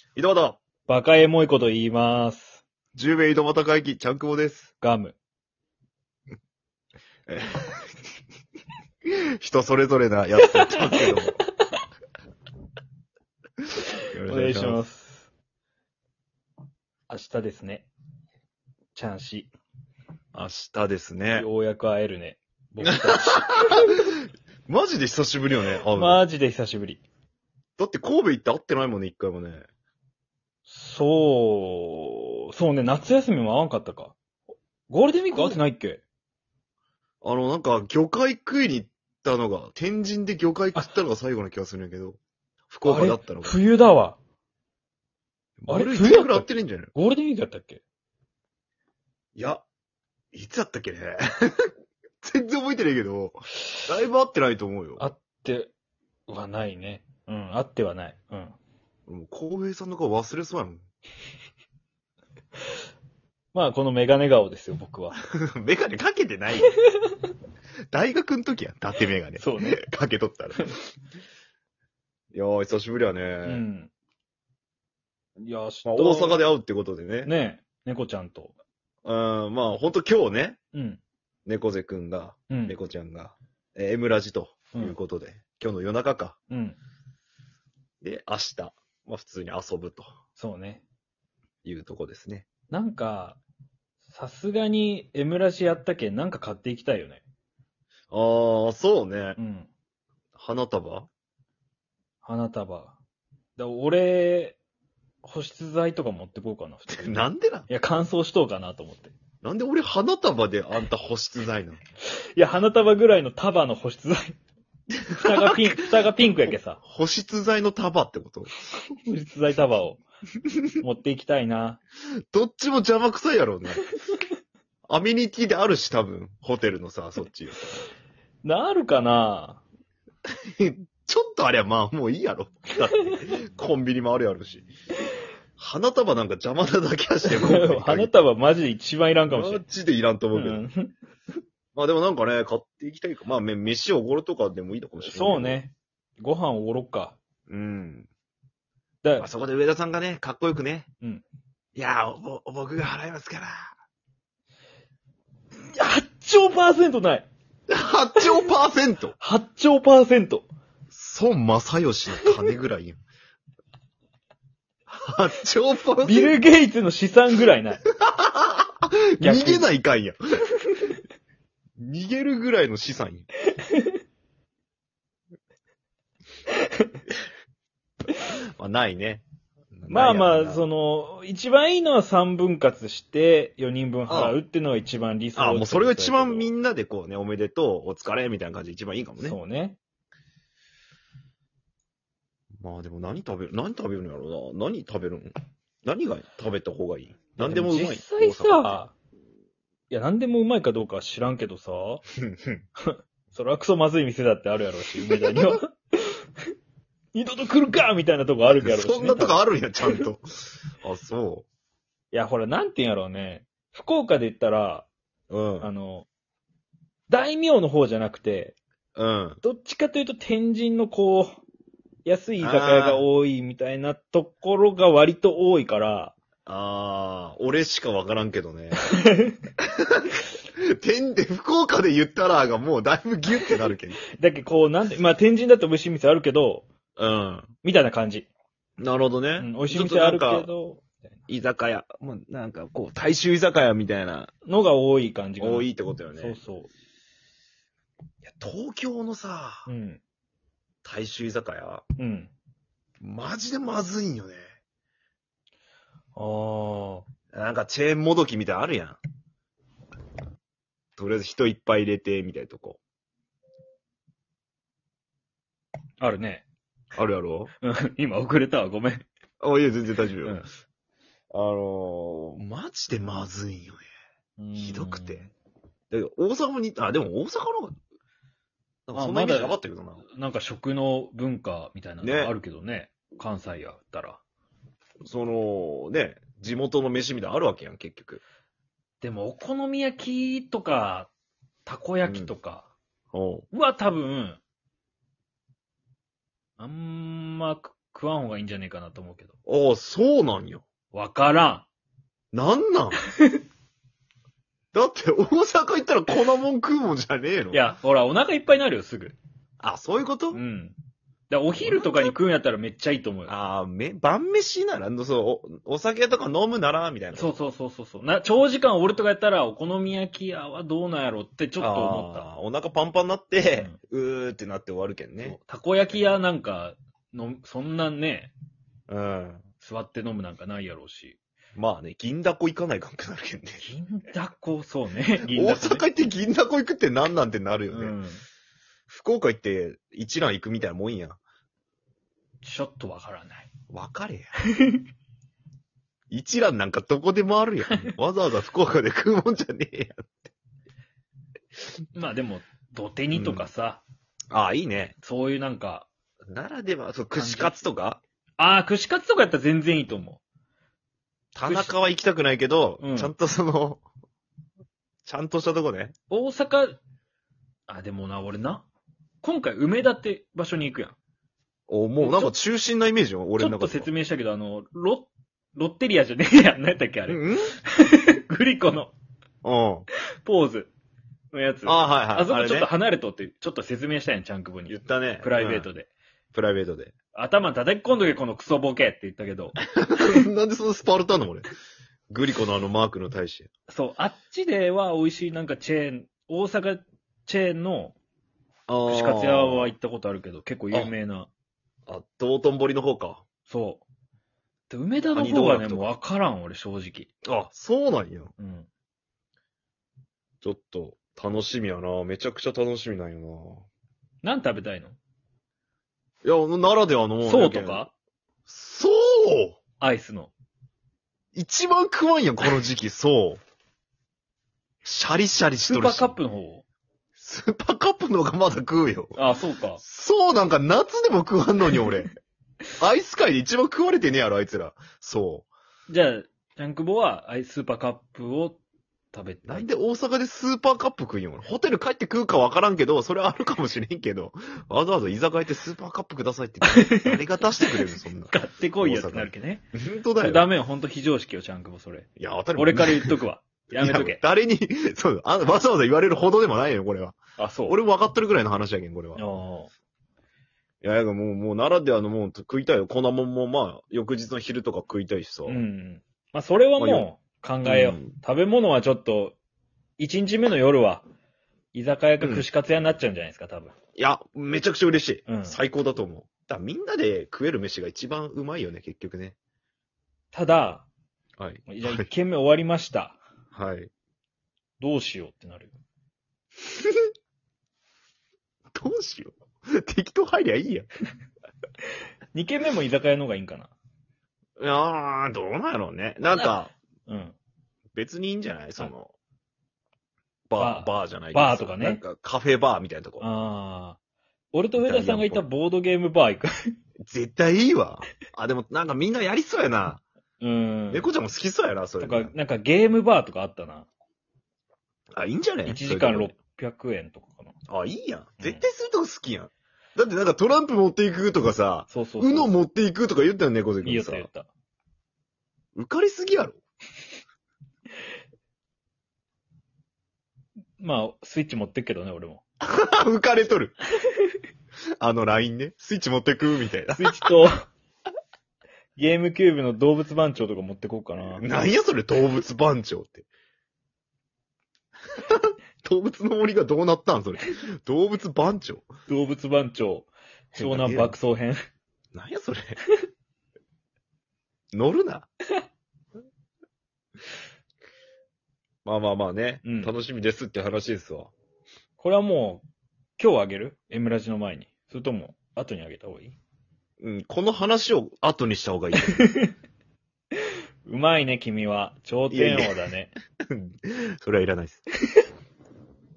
井戸端、 バカエモいこと言います。 10名井戸端会議、ちゃんくぼです。 ガム。 人それぞれなやつやってますけども。 お願いします。明日ですね。チャンシ。 明日ですね。 ようやく会えるね。僕たち。 マジで久しぶりよね、会うの。 マジで久しぶり。 だって神戸行って会ってないもんね、一回もね。 そうね、夏休みも会わんかったか。ゴールデンウィーク会ってないっけ？ なんか、魚介食いに行ったのが、天神で魚介食ったのが最後の気がするんやけど、福岡だったのが。 冬だわ。あれ丸冬 1ぐらい会ってるんじゃないの？ ゴールデンウィークだったっけ？ いや、いつだったっけね。全然覚えてないけど、だいぶ会ってないと思うよ。 会ってはないね。うん、会ってはない。うん。 もう、浩平さんの顔忘れそうやもん。 まあ、このメガネ顔ですよ、僕は。 メガネかけてないよ。大学の時やん、伊達メガネ。 そうね。 かけとったら。いやー、久しぶりやね。 うん。いや、明日。 まあ、大阪で会うってことでね。 ねえ、猫ちゃんと。 まあ、ほんと今日ね、 うん。 猫背くんが、 うん。 猫ちゃんが、M ラジということで、今日の夜中か。 うん。 で、明日、まあ普通に遊ぶとそうね。 いうとこですね。 なんか、さすがに M ラジやったけん、なんか買っていきたいよね。 そうねう。ん。 花束花束。俺、保湿剤とか持ってこうかな、普通に。 なんでなんいや、乾燥しとうかなと思って。 なんで俺花束であんた保湿剤なの？ いや、花束ぐらいの束の保湿剤。蓋がピンクやけさ。 保湿剤の束ってこと？ 保湿剤束を持っていきたいな。 どっちも邪魔くさいやろうね。アメニティであるし、多分。ホテルのさ、そっち。 なるかな？ ちょっとありゃまあもういいやろ。だって、コンビニもあるやろし。花束なんか邪魔なだけはしてよ。 花束マジで一番いらんかもしれん。 マジでいらんと思うけど。 うんまあでもなんかね、買っていきたいか。まあ飯をおごるとかでもいいのかもしれない。 そう。ね。ご飯おごろっか。 うん。 だまあそこで上田さんがね、かっこよくね。 うん。 いや僕が払いますから。 8兆パーセントない。 8兆パーセント !8 兆パーセント。 孫正義の金ぐらいよ。8兆パーセントビル・ゲイツの資産ぐらいない。逆に逃げないかんや。逃げるぐらいの資産や。まあ、ないね。 まあまあ、 の、 一番いいのは3分割して4人分払うっていうのが一番理想。 もうそれが一番みんんなでこうね、おめでとう、お疲れ、みたいな感じで一番いいかもね。 そうね。 まあでも何食べるんやろうな。何食べるん？何が食べた方がいい？何でもうまい。 実際さ、いや、何でもうまいかどうかは知らんけどさ、それはクソまずい店だってあるやろうし、梅田には。二度と来るかみたいなとこあるやろうし、ね。 そんなとこあるんや、ちゃんと。あ、そいや、ほら、なんて言うんやろうね。福岡で言ったら、 う。うん。 大名の方じゃなくて、 うん。 どっちかというと天神のこう、安い居酒屋が多いみたいなところが割と多いから、 俺しかわからんけどね。福岡で言ったらがもうだいぶギュってなるけど。 だけどこう、まあ天神だと美味しい店あるけど、 うん。 みたいな感じ。 なるほどね。 うん、美味しい店あるけど、 居酒屋。もうなんかこう、大衆居酒屋みたいな、 のが多い感じかな。 多いってことよね。 そうそいや、東京のさ、 う。うん。 大衆居酒屋、 うん。 マジでまずいんよね。 あなんかチェーンもどきみたいなのあるやん。とりあえず人いっぱい入れて、みたいなとこ。 あ。あるね。 あるやろ？ うん今遅れたわ、ごめん。 いや、全然大丈夫よ。マジでまずいんよね。ひどくて。。だけど大阪に、でも大阪の方が、なんかそんなイメージなかったけどな。 なんか食の文化みたいなのねがあるけどね。関西やったら。 地元の飯みたいなのあるわけやん、結局。 でも、お好み焼きとか、たこ焼きとかおう。 は多分、あんま食わん方がいいんじゃねえかなと思うけど。 ああ、そうなんや。 わからなんなんだって大阪行ったら粉もん食うもんじゃねえの。 ん。い。や、ほら、お腹いっぱいになるよ、すぐ。 あ、そういうことうん。お昼とかに食うんやったらめっちゃいいと思うよ。 ああ、晩飯なら、お酒とか飲むなら、みたいな。 そうそう。長時間おるとかやったら、お好み焼き屋はどうなんやろってちょっと思った。 あーお腹パンパンになって、うーってなって終わるけんそうね。 たこ焼き屋なんか、そんなね、 うん。 座って飲むなんかないやろうし。 まあね、銀だこ行かないかんくなるけんね。 銀だこ、そうね。銀大だこ、ね。 阪行って銀だこ行くって何なんてなるよね。 うん。 福岡行って一蘭行くみたいなもんや。 ちょっとわからない。 分かれや。一蘭なんかどこでもあるやん。わざわざ福岡で食うもんじゃねえや。 まあでも、土手にとかさ、 ああ、いいね。 そういうなんか、 ならでは、串カツとか串カツとかやったら全然いいと思田中は行きたくないけど、 うんちゃんとちゃんとしたとこね。 う。大阪、でもな、俺な、今回梅田って場所に行くやん。 もうなんか中心なイメージよ、俺の中では。 ちょっと説明したけど、ロッテリアじゃねえやん。何やったっけあれ。 うんグリコのうん。 ポーズのやつ。 はいはい。 あそこちょっとあれね離れとって、ちょっと説明したやん、チャンクボに言。ったね。 プライベートで。 プライベートで。 頭叩き込んどけ、このクソボケって言ったけど。 なんでそのスパルタなの俺。グリコのマークの大使。 そう、あっちでは美味しいなんかチェーン、大阪チェーンの串カツ屋は行ったことあるけど、結構有名な。 道頓堀の方か。 そう。で、梅田の方がね、もうわからん、俺、正直。 あ、そうなんや。 うん。 ちょっと、楽しみやな。めちゃくちゃ楽しみなんよ何食べたいの？ な。いや、ならではの。 そうとかそうアイスの。 一番食わんやん、この時期、そう。シャリシャリしとるし。 スーパーカップの方？ スーパーカップの方がまだ食うよ。 そうか。 そうなんか夏でも食わんのに俺。アイス界で一番食われてねえやろ、あいつら。そじゃあ、ジャンクボはスーパーカップを食べう。 た。 ないんで大阪でスーパーカップ食うんよ。俺ホテル帰って食うかわからんけど、それはあるかもしれんけど、わざわざ居酒屋ってスーパーカップくださいって言って、誰が出してくれるの、そんな。 買ってこいよってなるけどね。 本当だよ。 ダメよ、ほんと非常識よ、ジャンクボ、それ。 いや、当たり前俺から言っとくわ。やめといやけ。 誰に、そう、わざわざ言われるほどでもないよ、これは。 そう。 俺も分かってるぐらいの話やけん、これは。いや、もう、ならではのもう食いたいよ。粉もんも、まあ、翌日の昼とか食いたいしさ。 うん。まあ、それはもう考えよう。 うん食べ物はちょっと、1日目の夜は、居酒屋か串カツ屋になっちゃうんじゃないですか、多分。 いや、めちゃくちゃ嬉しい。 うん最高だと思う。だからみんなで食える飯が一番うまいよね、結局ね。 ただ、 はい。 じゃあ1軒目終わりました。 はい。 どうしようってなるよ。 どうしよう。適当入りゃいいや。 2軒目も居酒屋の方がいいんかな。 いやー、どうなんやろうね。なんか、 うん。 別にいいんじゃないその、 バーバーじゃないけどさバーとかねなんかカフェバーみたいなとこ。 俺と上田さんがいたボードゲームバー行く。 絶対いいわ。でもなんかみんなやりそうやな。 うん。 猫ちゃんも好きそうやな、それ。 とか、なんかゲームバーとかあったな。 いいんじゃね 1時間そういう 600円とかかな。 とこいいやん。絶対そういうとこ好きやん。だってなんかトランプ持っていくとかさ、 そうそうウノ持っていくとか言ったよね、猫背君さいいよって。言った。 浮かれすぎやろ。 まあ、スイッチ持ってっけどね、俺も。 浮かれとる。ラインね。スイッチ持ってくみたいな。 スイッチと、ゲームキューブの動物番長とか持ってこうかな。 なんやそれ、動物番長って。動物の森がどうなったんそれ。動物番長。 動物番長、湘南爆走編。 なんやそれ。乗るな。まあまあまあね、 うん楽しみですって話ですわ。 これはもう、今日あげる？ M ラジの前に。それとも、後にあげた方がいい？ うん、この話を後にした方がいい。 うまいね、君は。頂点王だね。 それはいらないです。